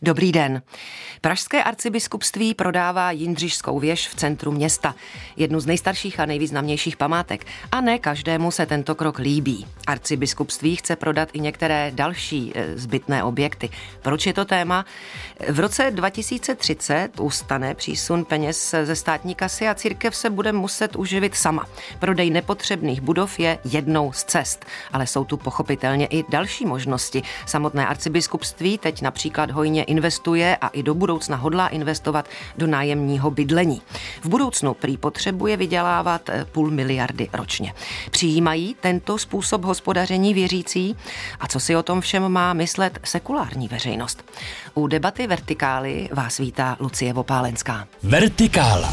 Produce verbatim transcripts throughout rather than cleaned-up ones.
Dobrý den. Pražské arcibiskupství prodává Jindřišskou věž v centru města. Jednu z nejstarších a nejvýznamnějších památek. A ne každému se tento krok líbí. Arcibiskupství chce prodat i některé další zbytné objekty. Proč je to téma? V roce dva tisíce třicet ustane přísun peněz ze státní kasy a církev se bude muset uživit sama. Prodej nepotřebných budov je jednou z cest. Ale jsou tu pochopitelně i další možnosti. Samotné arcibiskupství teď například hojně investuje a i do budoucna hodlá investovat do nájemního bydlení. V budoucnu prý potřebuje vydělávat půl miliardy ročně. Přijímají tento způsob hospodaření věřící? A co si o tom všem má myslet sekulární veřejnost? U debaty Vertikály vás vítá Lucie Vopálenská. Vertikála.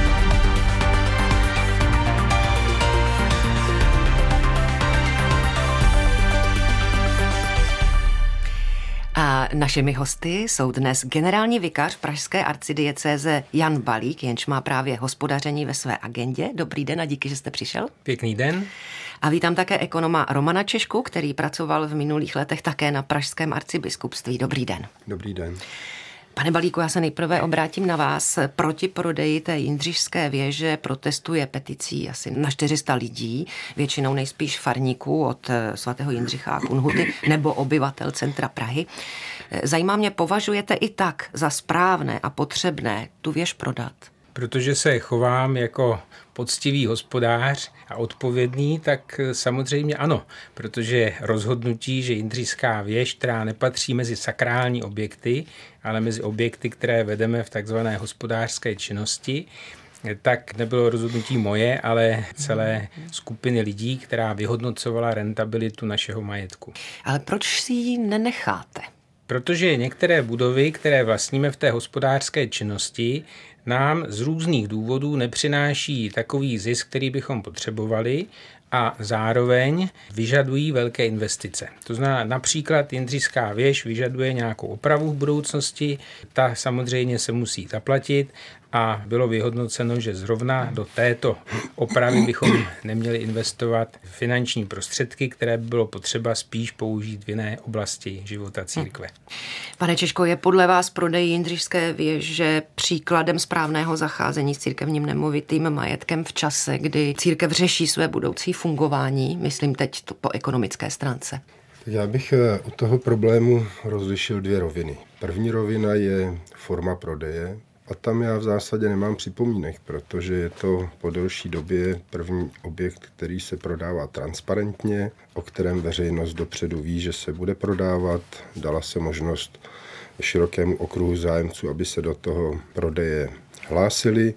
A našimi hosty jsou dnes generální vikář pražské arcidiecéze Jan Balík, jenž má právě hospodaření ve své agendě. Dobrý den a díky, že jste přišel. Pěkný den. A vítám také ekonoma Romana Češku, který pracoval v minulých letech také na pražském arcibiskupství. Dobrý den. Dobrý den. Pane Balíku, já se nejprve obrátím na vás. Proti prodeji té Jindřišské věže protestuje peticí asi na čtyři sta lidí, většinou nejspíš farníků od svatého Jindřicha a Kunhuty nebo obyvatel centra Prahy. Zajímá mě, považujete i tak za správné a potřebné tu věž prodat? Protože se chovám jako poctivý hospodář a odpovědný, tak samozřejmě ano, protože rozhodnutí, že Jindřišská věž, která nepatří mezi sakrální objekty, ale mezi objekty, které vedeme v takzvané hospodářské činnosti, tak nebylo rozhodnutí moje, ale celé skupiny lidí, která vyhodnocovala rentabilitu našeho majetku. Ale proč si ji nenecháte? Protože některé budovy, které vlastníme v té hospodářské činnosti, nám z různých důvodů nepřináší takový zisk, který bychom potřebovali, a zároveň vyžadují velké investice. To znamená, například Jindřišská věž vyžaduje nějakou opravu v budoucnosti, ta samozřejmě se musí zaplatit a bylo vyhodnoceno, že zrovna do této opravy bychom neměli investovat finanční prostředky, které by bylo potřeba spíš použít v jiné oblasti života církve. Pane Češko, je podle vás prodej Jindřišské věže příkladem správného zacházení s církevním nemovitým majetkem v čase, kdy církev řeší své budoucí fungování, myslím teď to po ekonomické stránce? Já bych u toho problému rozlišil dvě roviny. První rovina je forma prodeje a tam já v zásadě nemám připomínek, protože je to po delší době první objekt, který se prodává transparentně, o kterém veřejnost dopředu ví, že se bude prodávat. Dala se možnost širokému okruhu zájemců, aby se do toho prodeje hlásili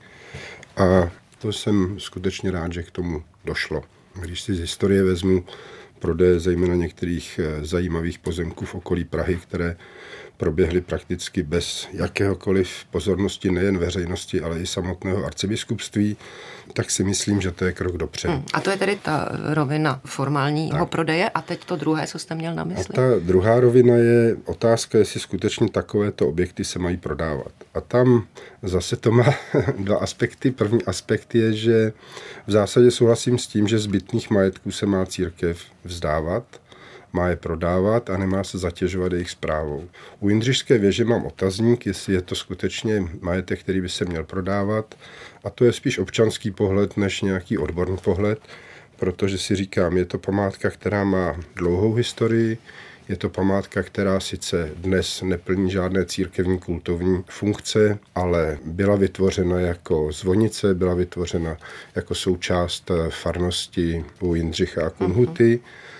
a to jsem skutečně rád, že k tomu došlo. Když si z historie vezmu prodeje zejména některých zajímavých pozemků v okolí Prahy, které proběhly prakticky bez jakéhokoliv pozornosti nejen veřejnosti, ale i samotného arcibiskupství, tak si myslím, že to je krok dopředu. Hmm. A to je tedy ta rovina formálního tak. prodeje a teď to druhé, co jste měl na mysli? A ta druhá rovina je otázka, jestli skutečně takovéto objekty se mají prodávat. A tam zase to má dva aspekty. První aspekt je, že v zásadě souhlasím s tím, že zbytných majetků se má církev vzdávat, má je prodávat a nemá se zatěžovat jejich správou. U Jindřišské věže mám otazník, jestli je to skutečně majetek, který by se měl prodávat. A to je spíš občanský pohled než nějaký odborný pohled, protože si říkám, je to památka, která má dlouhou historii, je to památka, která sice dnes neplní žádné církevní kultovní funkce, ale byla vytvořena jako zvonice, byla vytvořena jako součást farnosti u Jindřicha a Kunhuty.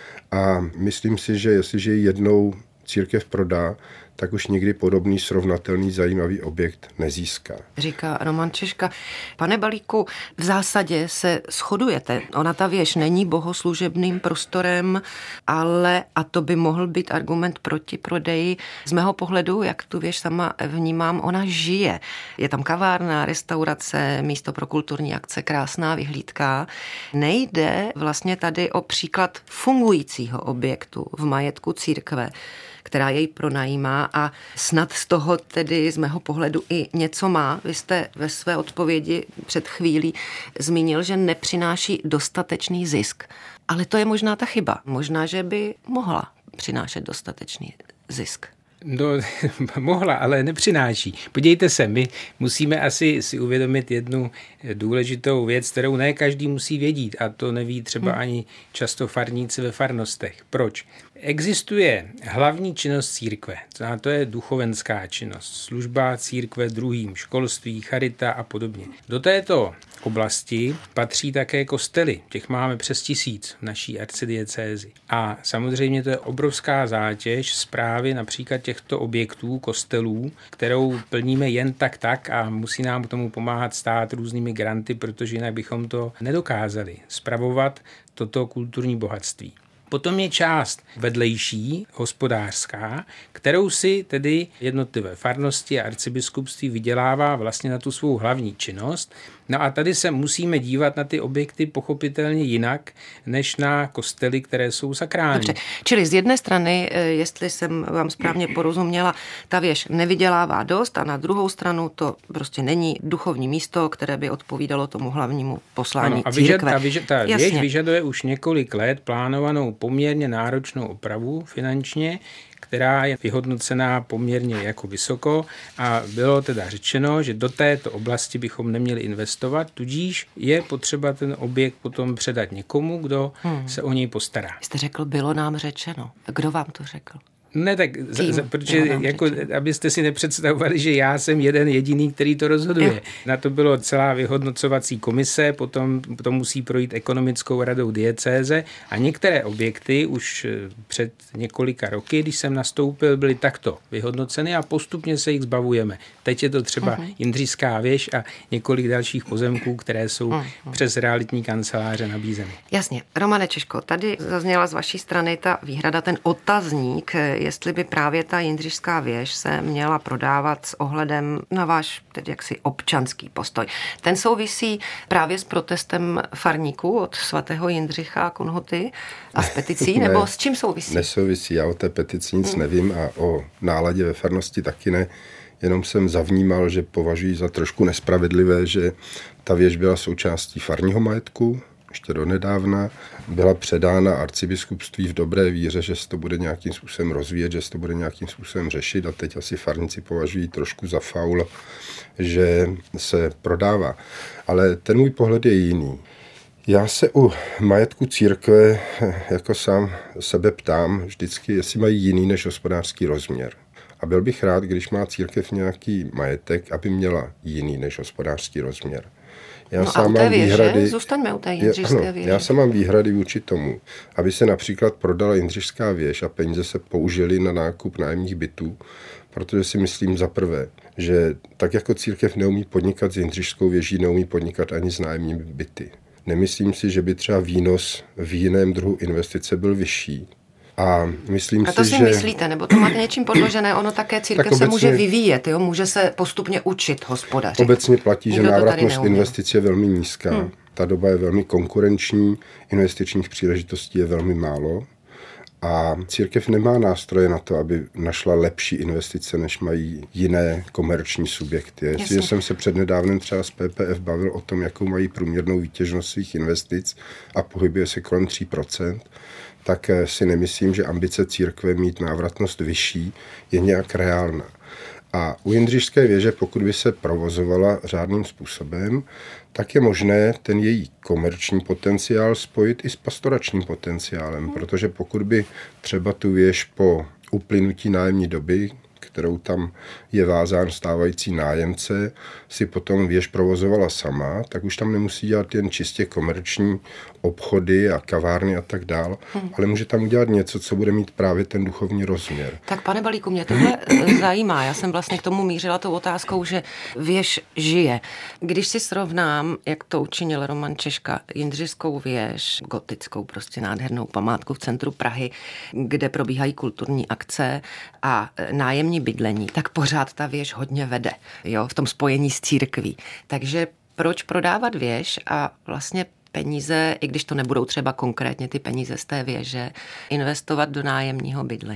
A myslím si, že jestliže ji jednou církev prodá, tak už nikdy podobný srovnatelný zajímavý objekt nezíská. Říká Roman Češka. Pane Balíku, v zásadě se shodujete. Ona ta věž není bohoslužebným prostorem, ale, a to by mohl být argument proti prodeji, z mého pohledu, jak tu věž sama vnímám, ona žije. Je tam kavárna, restaurace, místo pro kulturní akce, krásná vyhlídka. Nejde vlastně tady o příklad fungujícího objektu v majetku církve, která jej pronajímá a snad z toho tedy z mého pohledu i něco má. Vy jste ve své odpovědi před chvílí zmínil, že nepřináší dostatečný zisk. Ale to je možná ta chyba. Možná, že by mohla přinášet dostatečný zisk. No, mohla, ale nepřináší. Podívejte se, my musíme asi si uvědomit jednu důležitou věc, kterou ne každý musí vědět, a to neví třeba hmm. ani často farníci ve farnostech. Proč? Existuje hlavní činnost církve, a to je duchovenská činnost, služba církve druhým, školství, charita a podobně. Do této oblasti patří také kostely, těch máme přes tisíc v naší arcidiecézi. A samozřejmě to je obrovská zátěž správy například těchto objektů, kostelů, kterou plníme jen tak tak a musí nám k tomu pomáhat stát různými granty, protože jinak bychom to nedokázali spravovat toto kulturní bohatství. Potom je část vedlejší, hospodářská, kterou si tedy jednotlivé farnosti a arcibiskupství vydělává vlastně na tu svou hlavní činnost. No a tady se musíme dívat na ty objekty pochopitelně jinak, než na kostely, které jsou sakrální. Dobře, čili z jedné strany, jestli jsem vám správně porozuměla, ta věž nevydělává dost a na druhou stranu to prostě není duchovní místo, které by odpovídalo tomu hlavnímu poslání ano, a vyžad, církve. A vyžad, ta Jasně. věž vyžaduje už několik let plánovanou poměrně náročnou opravu finančně, která je vyhodnocená poměrně jako vysoko a bylo teda řečeno, že do této oblasti bychom neměli investovat, tudíž je potřeba ten objekt potom předat někomu, kdo hmm. se o něj postará. Jste řekl, bylo nám řečeno. Kdo vám to řekl? Ne, tak, z, z, protože jako, abyste si nepředstavovali, že já jsem jeden jediný, který to rozhoduje. Je. Na to bylo celá vyhodnocovací komise, potom to musí projít ekonomickou radou diecéze a některé objekty už před několika roky, když jsem nastoupil, byly takto vyhodnoceny a postupně se jich zbavujeme. Teď je to třeba uh-huh. Jindřišská věž a několik dalších pozemků, které jsou uh-huh. přes realitní kanceláře nabízeny. Jasně. Romane Češko, tady zazněla z vaší strany ta výhrada, ten otazník, jestli by právě ta Jindřišská věž se měla prodávat s ohledem na váš tedy jaksi občanský postoj. Ten souvisí právě s protestem farníků od svatého Jindřicha Kunhuty a s peticí, ne, nebo s čím souvisí? Nesouvisí, já o té petici nic hmm. nevím a o náladě ve farnosti taky ne. Jenom jsem zavnímal, že považuji za trošku nespravedlivé, že ta věž byla součástí farního majetku, ještě donedávna, byla předána arcibiskupství v dobré víře, že se to bude nějakým způsobem rozvíjet, že se to bude nějakým způsobem řešit a teď asi farníci považují trošku za faul, že se prodává. Ale ten můj pohled je jiný. Já se u majetku církve jako sám sebe ptám vždycky, jestli mají jiný než hospodářský rozměr. A byl bych rád, když má církev nějaký majetek, aby měla jiný než hospodářský rozměr. Já no a u té věže, výhrady, zůstaňme u té Jindřišské věže. Já sám mám výhrady vůči tomu, aby se například prodala Jindřišská věž a peníze se použily na nákup nájemních bytů, protože si myslím za prvé, že tak jako církev neumí podnikat s Jindřišskou věží, neumí podnikat ani s nájemními byty. Nemyslím si, že by třeba výnos v jiném druhu investice byl vyšší. A, myslím a to si, si že... myslíte, nebo to máte něčím podložené, ono také církev tak obecně, se může vyvíjet, jo? Může se postupně učit hospodařit. Obecně platí, Nikdo že návratnost investic je velmi nízká. Hmm. Ta doba je velmi konkurenční, investičních příležitostí je velmi málo a církev nemá nástroje na to, aby našla lepší investice, než mají jiné komerční subjekty. Jestliže jsem se přednedávnem třeba z P P F bavil o tom, jakou mají průměrnou výtěžnost svých investic a pohybuje se kolem tří procent, tak si nemyslím, že ambice církve mít návratnost vyšší je nějak reálná. A u Jindřišské věže, pokud by se provozovala řádným způsobem, tak je možné ten její komerční potenciál spojit i s pastoračním potenciálem, protože pokud by třeba tu věž po uplynutí nájemní doby, kterou tam je vázán stávající nájemce, si potom věž provozovala sama, tak už tam nemusí dělat jen čistě komerční obchody a kavárny a tak dál, hmm. ale může tam udělat něco, co bude mít právě ten duchovní rozměr. Tak pane Balíku, mě tohle zajímá. Já jsem vlastně k tomu mířila tou otázkou, že věž žije. Když si srovnám, jak to učinil Roman Češka, Jindřišskou věž, gotickou prostě nádhernou památku v centru Prahy, kde probíhají kulturní akce a nájemní bydlení, tak pořád ta věž hodně vede, jo, v tom spojení s církví. Takže proč prodávat věž a vlastně peníze, i když to nebudou třeba konkrétně ty peníze z té věže, investovat do nájemního bydlení?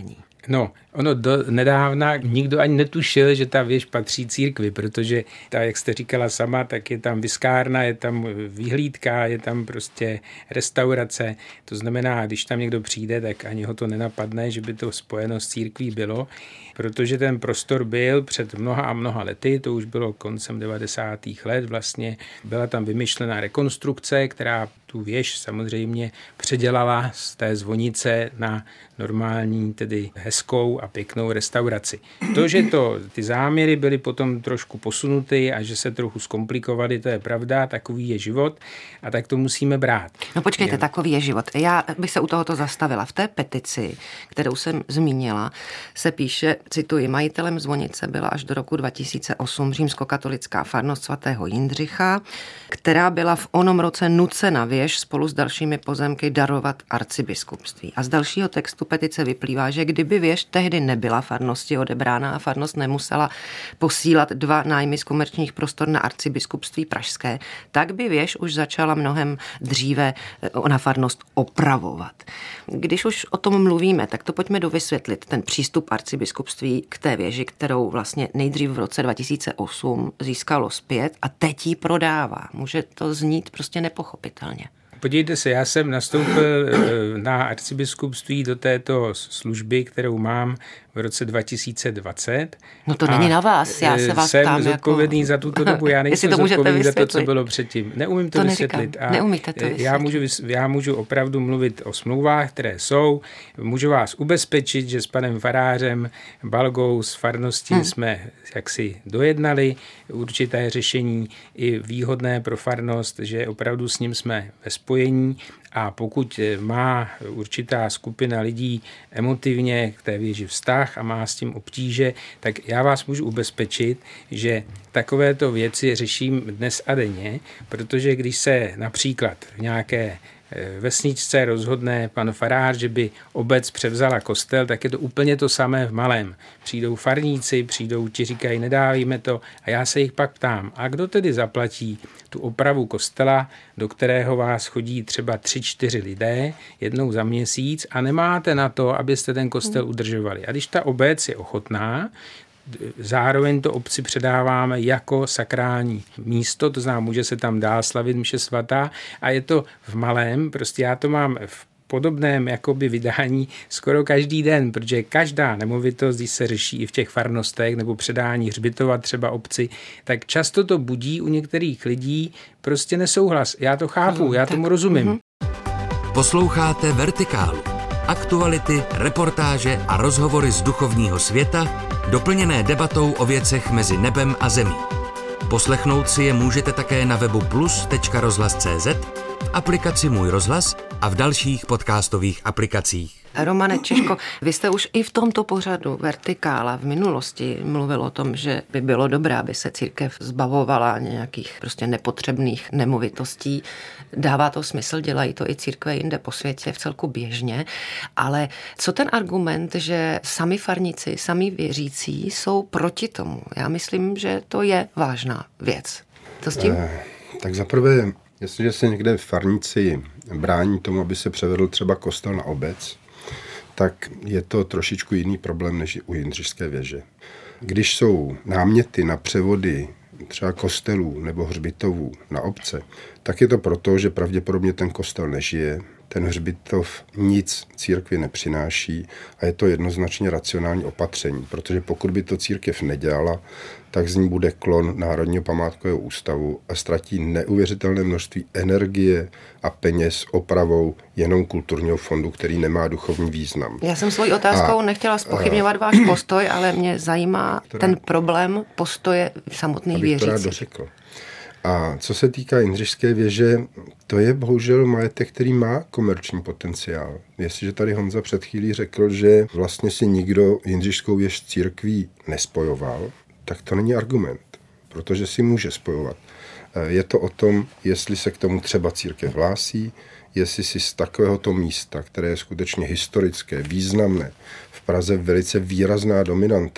No, ono do nedávna nikdo ani netušil, že ta věž patří církvi, protože ta, jak jste říkala sama, tak je tam viskárna, je tam vyhlídka, je tam prostě restaurace. To znamená, když tam někdo přijde, tak ani ho to nenapadne, že by to spojeno s církví bylo, protože ten prostor byl před mnoha a mnoha lety, to už bylo koncem devadesátých let vlastně, byla tam vymyšlená rekonstrukce, která tu věž samozřejmě předělala z té zvonice na normální, tedy hezkou a pěknou restauraci. To, že to, ty záměry byly potom trošku posunuty a že se trochu zkomplikovaly, to je pravda, takový je život a tak to musíme brát. No počkejte, já... takový je život. Já bych se u tohoto zastavila. V té petici, kterou jsem zmínila, se píše, cituji, majitelem zvonice byla až do roku dva tisíce osm římskokatolická farnost svatého Jindřicha, která byla v onom roce nucena věž spolu s dalšími pozemky darovat arcibiskupství. A z dalšího textu petice vyplývá, že kdyby věž tehdy nebyla farnosti odebrána a farnost nemusela posílat dva nájmy z komerčních prostor na arcibiskupství pražské, tak by věž už začala mnohem dříve na farnost opravovat. Když už o tom mluvíme, tak to pojďme dovysvětlit ten přístup arcibiskupství k té věži, kterou vlastně nejdřív v roce dva tisíce osm získalo zpět a teď ji prodává. Může to znít prostě nepochopitelně. Podívejte se, já jsem nastoupil na arcibiskupství do této služby, kterou mám v roce dva tisíce dvacet. No to není na vás, já se vás ptám. Jsem zodpovědný jako... za tuto dobu, já nejsem zodpovědný za to, co bylo předtím. Neumím to, to vysvětlit. A neumíte to vysvětlit. Já můžu, já můžu opravdu mluvit o smlouvách, které jsou. Můžu vás ubezpečit, že s panem farářem Balgou z farnosti hmm. jsme jaksi dojednali určité řešení i výhodné pro farnost, že opravdu s ním jsme ve spojení. A pokud má určitá skupina lidí emotivně k té věži vztah a má s tím obtíže, tak já vás můžu ubezpečit, že takovéto věci řeším dnes a denně, protože když se například v nějaké vesničce rozhodne pan farář, že by obec převzala kostel, tak je to úplně to samé v malém. Přijdou farníci, přijdou ti, říkají, nedávíme to a já se jich pak ptám, a kdo tedy zaplatí tu opravu kostela, do kterého vás chodí třeba tři, čtyři lidé jednou za měsíc a nemáte na to, abyste ten kostel udržovali. A když ta obec je ochotná, zároveň to obci předáváme jako sakrální místo, to znamená, může se tam dál slavit mše svatá a je to v malém, prostě já to mám v podobném jakoby vydání skoro každý den, protože každá nemovitost, když se řeší i v těch farnostech nebo předání hřbitova třeba obci, tak často to budí u některých lidí prostě nesouhlas. Já to chápu, já tomu rozumím. Posloucháte Vertikálu. Aktuality, reportáže a rozhovory z duchovního světa, doplněné debatou o věcech mezi nebem a zemí. Poslechnout si je můžete také na webu plus tečka rozhlas tečka cé zet, v aplikaci Můj rozhlas a v dalších podcastových aplikacích. Romane Češko, vy jste už i v tomto pořadu Vertikála v minulosti mluvil o tom, že by bylo dobré, aby se církev zbavovala nějakých prostě nepotřebných nemovitostí. Dává to smysl, dělají to i církve jinde po světě v celku běžně, ale co ten argument, že sami farníci, sami věřící jsou proti tomu? Já myslím, že to je vážná věc. To s tím? Eh, tak zaprvé, jestliže se někde farníci brání tomu, aby se převedl třeba kostel na obec, tak je to trošičku jiný problém než u Jindřišské věže. Když jsou náměty na převody třeba kostelů nebo hřbitovů na obce, tak je to proto, že pravděpodobně ten kostel nežije, ten hřbitov nic církvi nepřináší a je to jednoznačně racionální opatření, protože pokud by to církev nedělala, tak z ní bude klon Národního památkového ústavu a ztratí neuvěřitelné množství energie a peněz opravou jenom kulturního fondu, který nemá duchovní význam. Já jsem svojí otázkou a, nechtěla zpochybňovat váš postoj, ale mě zajímá ten rád, problém postoje samotných věřících. Abych to rád dořekl. A co se týká Jindřišské věže, to je bohužel majetek, který má komerční potenciál. Jestliže tady Honza před chvílí řekl, že vlastně si nikdo Jindřišskou věž církví nespojoval, tak to není argument, protože si může spojovat. Je to o tom, jestli se k tomu třeba církev hlásí, jestli si z takovéhoto místa, které je skutečně historické, významné, v Praze velice výrazná dominanta,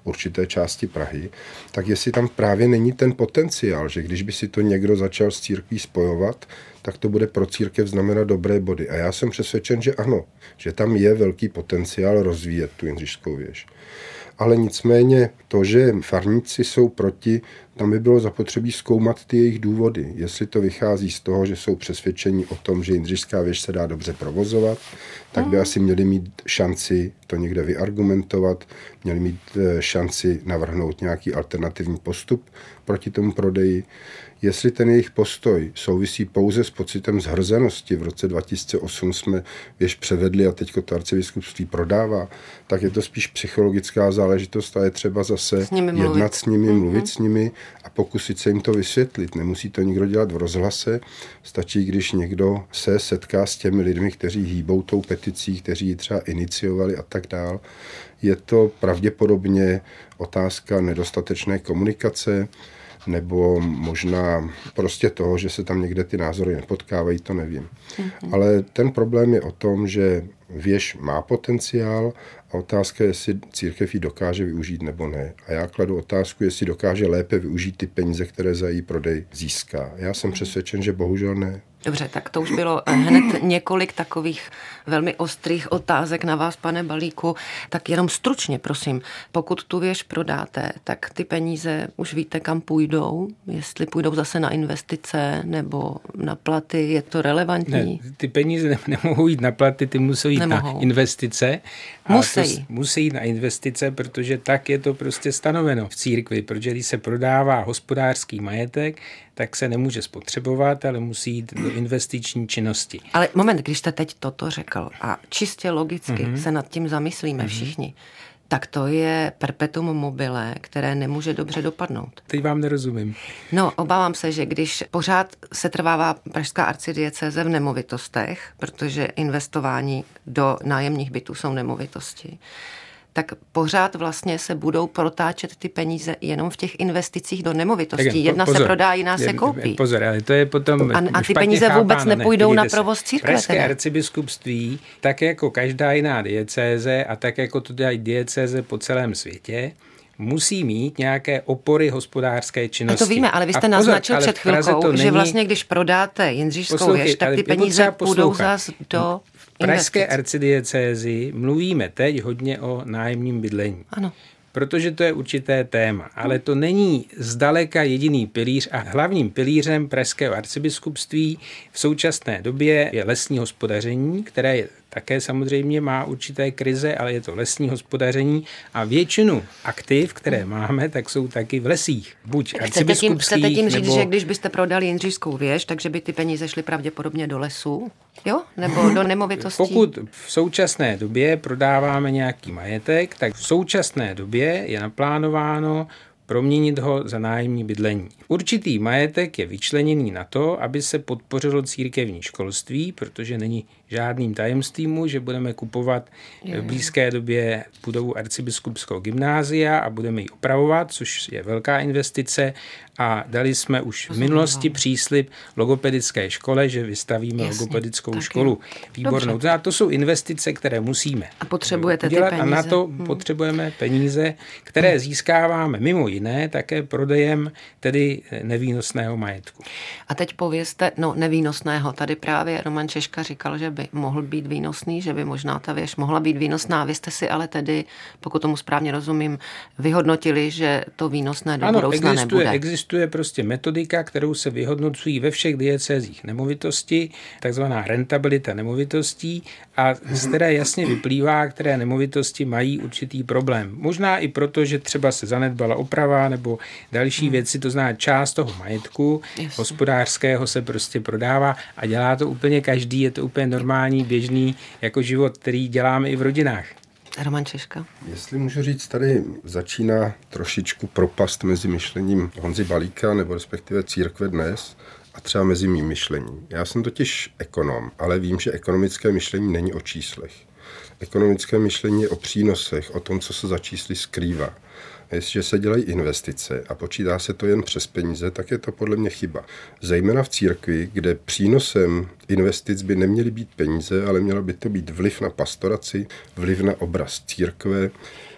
určité části Prahy, tak jestli tam právě není ten potenciál, že když by si to někdo začal s církví spojovat, tak to bude pro církev znamenat dobré body. A já jsem přesvědčen, že ano, že tam je velký potenciál rozvíjet tu Jindřišskou věž. Ale nicméně to, že farníci jsou proti, tam by bylo zapotřebí zkoumat ty jejich důvody. Jestli to vychází z toho, že jsou přesvědčení o tom, že Jindřišská věž se dá dobře provozovat, tak by asi měli mít šanci to někde vyargumentovat, měli mít šanci navrhnout nějaký alternativní postup proti tomu prodeji. Jestli ten jejich postoj souvisí pouze s pocitem zhrzenosti, v roce dva tisíce osm jsme věž převedli a teďko to arcibiskupství prodává, tak je to spíš psychologická záležitost a je třeba zase s jednat mluvit. s nimi, mm-hmm. mluvit s nimi a pokusit se jim to vysvětlit. Nemusí to nikdo dělat v rozhlase, stačí, když někdo se setká s těmi lidmi, kteří hýbou tou peticí, kteří ji třeba iniciovali a tak dál. Je to pravděpodobně otázka nedostatečné komunikace, nebo možná prostě toho, že se tam někde ty názory nepotkávají, to nevím. Mm-hmm. Ale ten problém je o tom, že věž má potenciál a otázka je, jestli církev ji dokáže využít nebo ne. A já kladu otázku, jestli dokáže lépe využít ty peníze, které za její prodej získá. Já jsem přesvědčen, že bohužel ne. Dobře, tak to už bylo hned několik takových velmi ostrých otázek na vás, pane Balíku. Tak jenom stručně, prosím, pokud tu věž prodáte, tak ty peníze už víte, kam půjdou? Jestli půjdou zase na investice nebo na platy, je to relevantní? Ne, ty peníze nemohou jít na platy, ty musí jít nemohou. na investice. Musí. Musí jít na investice, protože tak je to prostě stanoveno v církvi, protože když se prodává hospodářský majetek, tak se nemůže spotřebovat, ale musí jít do investiční činnosti. Ale moment, když jste teď toto řekl a čistě logicky mm-hmm. se nad tím zamyslíme mm-hmm. všichni, tak to je perpetuum mobile, které nemůže dobře dopadnout. Teď vám nerozumím. No, obávám se, že když pořád se trvává pražská arcidiecéze v nemovitostech, protože investování do nájemních bytů jsou nemovitosti, tak pořád vlastně se budou protáčet ty peníze jenom v těch investicích do nemovitostí. Tak, Jedna pozor, se prodá, jiná se koupí. Pozor, ale to je potom A, a ty peníze chápáno, vůbec nepůjdou ne, na provoz církve. Pražské teda. arcibiskupství, tak jako každá jiná diecéze a tak jako to dělají diecéze po celém světě, musí mít nějaké opory hospodářské činnosti. A to víme, ale vy jste pozor, naznačil před chvilkou, není... že vlastně když prodáte Jindřišskou věž, tak ty peníze půjdou zas do Pražské arcidiecézi mluvíme teď hodně o nájemním bydlení. Ano. Protože to je určité téma, ale to není zdaleka jediný pilíř a hlavním pilířem pražského arcibiskupství v současné době je lesní hospodaření, které je také samozřejmě má určité krize, ale je to lesní hospodaření a většinu aktiv, které máme, tak jsou taky v lesích. Buď arcibiskupských, chcete tím říct, nebo... že když byste prodali Jindřišskou věž, takže by ty peníze šly pravděpodobně do lesů? Jo? Nebo do nemovitostí? Pokud v současné době prodáváme nějaký majetek, tak v současné době je naplánováno proměnit ho za nájemní bydlení. Určitý majetek je vyčleněný na to, aby se podpořilo církevní školství, protože není žádným tajemstvím, že budeme kupovat v blízké době budovu arcibiskupského gymnázia a budeme ji opravovat, což je velká investice a dali jsme už v minulosti příslib logopedické škole, že vystavíme Jasně, logopedickou školu výbornou. A to jsou investice, které musíme a potřebujete udělat ty peníze. A na to hmm. potřebujeme peníze, které hmm. získáváme mimo jiné také prodejem tedy nevýnosného majetku. A teď povězte, no nevýnosného, tady právě Roman Češka říkal, že by mohl být výnosný, že by možná ta věž mohla být výnosná. Vy jste si ale tedy, pokud tomu správně rozumím, vyhodnotili, že to výnosné do ano, budoucna existuje, nebude. Existuje prostě metodika, kterou se vyhodnocují ve všech diecézích nemovitosti, takzvaná rentabilita nemovitostí a z které jasně vyplývá, které nemovitosti mají určitý problém. Možná i proto, že třeba se zanedbala oprava nebo další hmm. věci, to znamená část toho majetku Jasně. hospodářského se prostě prodává a dělá to úplně každý, je to úplně normální, běžný jako život, který děláme i v rodinách. Roman Češka. Jestli můžu říct, tady začíná trošičku propast mezi myšlením Honzy Balíka, nebo respektive církve dnes, a třeba mezi mým myšlením. Já jsem totiž ekonom, ale vím, že ekonomické myšlení není o číslech. Ekonomické myšlení je o přínosech, o tom, co se za čísly skrývá. A jestliže se dělají investice a počítá se to jen přes peníze, tak je to podle mě chyba. Zejména v církvi, kde přínosem investic by neměly být peníze, ale mělo by to být vliv na pastoraci, vliv na obraz církve,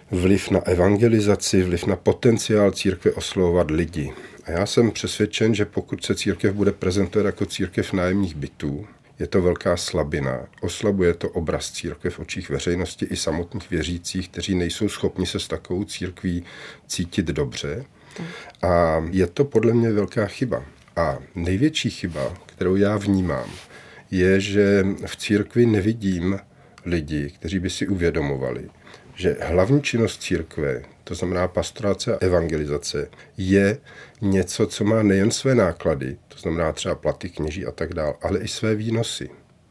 vliv na evangelizaci, vliv na potenciál církve oslovovat lidi. A já jsem přesvědčen, že pokud se církev bude prezentovat jako církev nájemních bytů, je to velká slabina. Oslabuje to obraz církve v očích veřejnosti i samotných věřících, kteří nejsou schopni se s takovou církví cítit dobře. A je to podle mě velká chyba. A největší chyba, kterou já vnímám, je, že v církvi nevidím lidi, kteří by si uvědomovali, že hlavní činnost církve, to znamená pastorace a evangelizace, je něco, co má nejen své náklady, to znamená třeba platy kněží a tak dál, ale i své výnosy.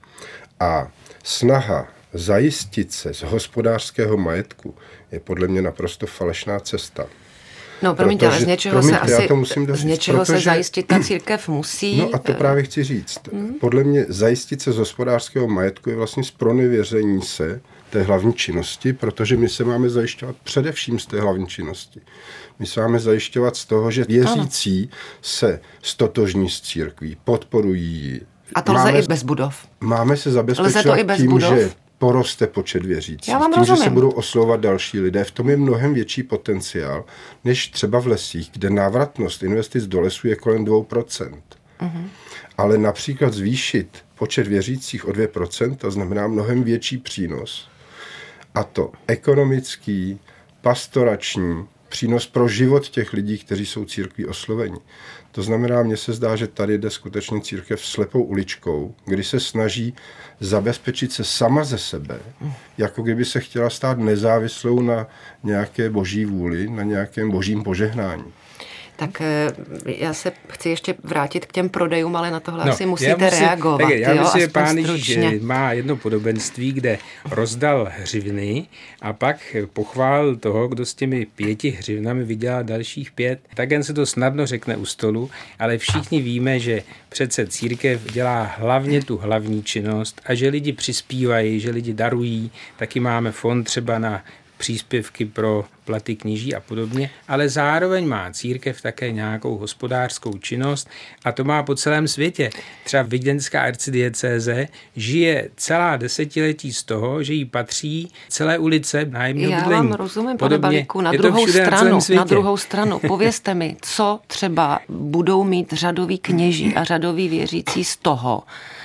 A snaha zajistit se z hospodářského majetku je podle mě naprosto falešná cesta. No, promiňte, ale z něčeho promiňte, se asi, doříct, z něčeho protože, se zajistit ta církev musí. No a to právě chci říct. Hmm. Podle mě zajistit se z hospodářského majetku je vlastně zpronevěření se té hlavní činnosti, protože my se máme zajišťovat především z té hlavní činnosti. My se máme zajišťovat z toho, že věřící ano. se stotožní s církví, podporují ji. A to lze máme, i bez budov. Máme se zabezpečovat tím, budov? že poroste počet věřících. Já vám tím, rozumím. že se budou oslovovat další lidé. V tom je mnohem větší potenciál, než třeba v lesích, kde návratnost investic do lesů je kolem dvě procenta. Uh-huh. Ale například zvýšit počet věřících o dvě procenta znamená mnohem větší přínos. A to ekonomický, pastorační, přínos pro život těch lidí, kteří jsou církví osloveni. To znamená, mně se zdá, že tady jde skutečně církev slepou uličkou, kdy se snaží zabezpečit se sama ze sebe, jako kdyby se chtěla stát nezávislou na nějaké boží vůli, na nějakém božím požehnání. Tak já se chci ještě vrátit k těm prodejům, ale na tohle no, asi musíte musím, reagovat. Tak, já jo, myslím, že Pán Ježíš má jedno podobenství, kde rozdal hřivny a pak pochválil toho, kdo s těmi pěti hřivnami vydělal dalších pět. Tak jen se to snadno řekne u stolu, ale všichni víme, že přece církev dělá hlavně tu hlavní činnost a že lidi přispívají, že lidi darují. Taky máme fond třeba na příspěvky pro platy kněží a podobně, ale zároveň má církev také nějakou hospodářskou činnost a to má po celém světě. Třeba Vídeňská arcidiecéze žije celá desetiletí z toho, že jí patří celé ulice nájemního bydlení. Já vám rozumím, pane Balíku, na druhou stranu, na, na druhou stranu, povězte mi, co třeba budou mít řadoví kněží a řadoví věřící z toho,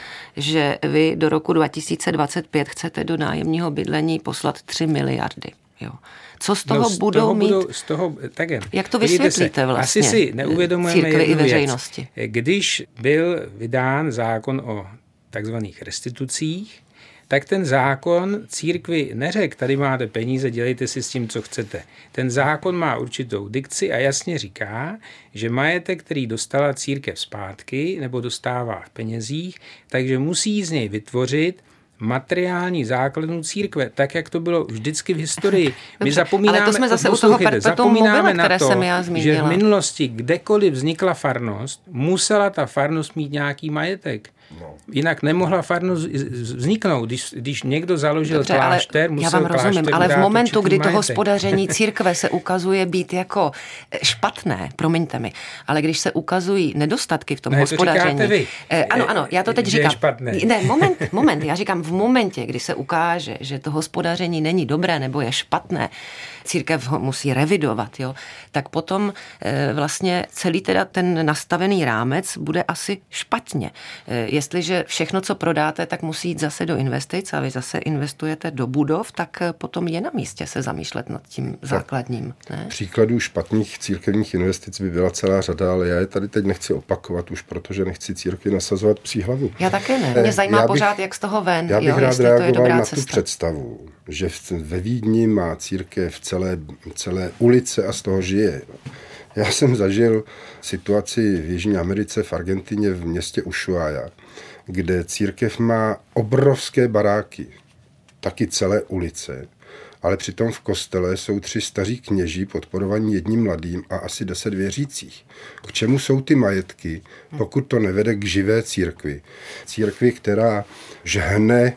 že vy do roku dva tisíce dvacet pět chcete do nájemního bydlení poslat tři miliardy. Jo. Co z toho no, z budou toho mít? Budou, z toho, tak jen. Jak to vysvětlíte vlastně? Asi si neuvědomujeme církvi jednu i veřejnosti. Věc. Když byl vydán zákon o takzvaných restitucích, tak ten zákon církvi neřekl, tady máte peníze, dělejte si s tím, co chcete. Ten zákon má určitou dikci a jasně říká, že majetek, který dostala církev zpátky nebo dostává v penězích, takže musí z něj vytvořit materiální základnu církve, tak, jak to bylo vždycky v historii. My zapomínáme, ale to jsme zase u toho perpetuum mobile, které to, jsem já zmínila. že v minulosti, kdekoliv vznikla farnost, musela ta farnost mít nějaký majetek. No. Jinak nemohla farnost vzniknout. Když, když někdo založil Dobře, klášter, musel já vám rozumím, ale v momentu, kdy to majetek. hospodaření církve se ukazuje být jako špatné, promiňte mi, ale když se ukazují nedostatky v tom ne, hospodaření. To vy. Eh, ano, ano, já to teď že říkám. Špatné. Ne, moment, moment, já říkám v momentě, kdy se ukáže, že to hospodaření není dobré nebo je špatné, církev ho musí revidovat, jo, tak potom e, vlastně celý teda ten nastavený rámec bude asi špatně. E, jestliže všechno, co prodáte, tak musí jít zase do investic a vy zase investujete do budov, tak potom je na místě se zamýšlet nad tím základním. Ne? Příkladů špatných církevních investic by byla celá řada, ale já je tady teď nechci opakovat už, protože nechci církvi nasazovat pří hlavu. Já také ne. Mě zajímá bych, pořád, jak z toho ven. Já bych jo, rád reagoval na cesta. tu představu, že ve Vídni má církev celé, celé ulice a z toho žije. Já jsem zažil situaci v Jižní Americe, v Argentině, v městě Ushuaia, kde církev má obrovské baráky, taky celé ulice, ale přitom v kostele jsou tři staří kněží podporovaní jedním mladým a asi deset věřících. K čemu jsou ty majetky, pokud to nevede k živé církvi? Církvi, která žhne,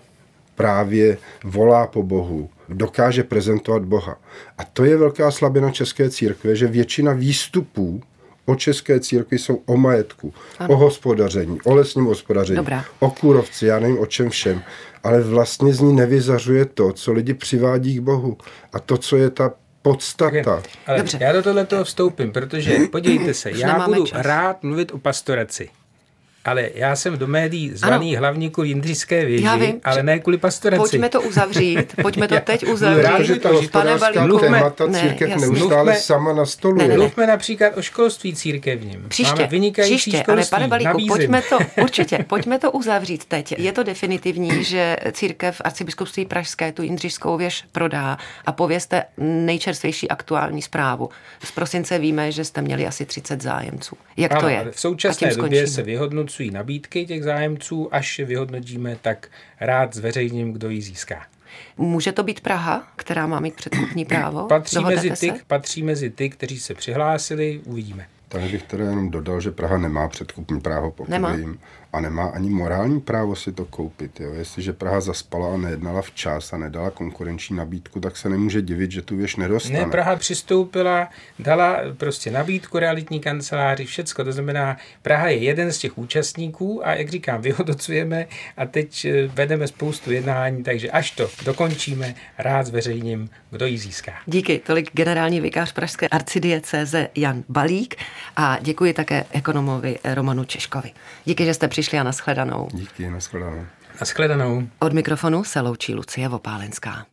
právě volá po Bohu, dokáže prezentovat Boha. A to je velká slabina české církve, že většina výstupů o české církvi jsou o majetku, ano. o hospodaření, o lesním hospodaření, Dobrá. o kůrovci, já nevím o čem všem, ale vlastně z ní nevyzařuje to, co lidi přivádí k Bohu. A to, co je ta podstata. Ale Dobře. já do tohoto vstoupím, protože podívejte se, já budu čas. rád mluvit o pastoraci. Ale já jsem do médií zvaný ano. hlavně kvůli Jindřišské věži, vím, ale ne kvůli pastoraci. Pojďme to uzavřít, pojďme to teď uzavřít. Rád, že ta hospodářská témata církev ne, neustále mluvme, sama nastoluje. Ne, ne, ne. Mluvme například o školství církevním. Příště, Máme vynikající příště, školství, ale pane Balíku, nabízím. pojďme to, určitě, pojďme to uzavřít teď. Je to definitivní, že církev arcibiskupství pražské tu Jindřišskou věž prodá a povězte nejčerstvější aktuální zprávu. Z prosince víme, že jste měli asi třicet zájemců. Jak ano, to je? V současné době se vyhodnocují nabídky těch zájemců, až je vyhodnotíme, tak rád zveřejním, kdo ji získá. Může to být Praha, která má mít předkupní právo? Patří mezi, ty, patří mezi ty, kteří se přihlásili, uvidíme. Tak bych teda jenom dodal, že Praha nemá předkupní právo, pokud nemá. Vím, a nemá ani morální právo si to koupit. Jo. Jestliže Praha zaspala a nejednala včas a nedala konkurenční nabídku, tak se nemůže divit, že tu věž nedostane. Ne, Praha přistoupila, dala prostě nabídku realitní kanceláři, všecko. To znamená, Praha je jeden z těch účastníků a jak říkám, vyhodnocujeme a teď vedeme spoustu jednání, takže až to dokončíme, rád zveřejním, kdo ji získá. Díky, tolik generální vikář pražské arcidiecéze Jan Balík a děkuji také ekonomovi Romanu Češkovi. Díky, že jste přišli a nashledanou. Díky, nashledanou. Nashledanou. Od mikrofonu se loučí Lucie Vopálenská.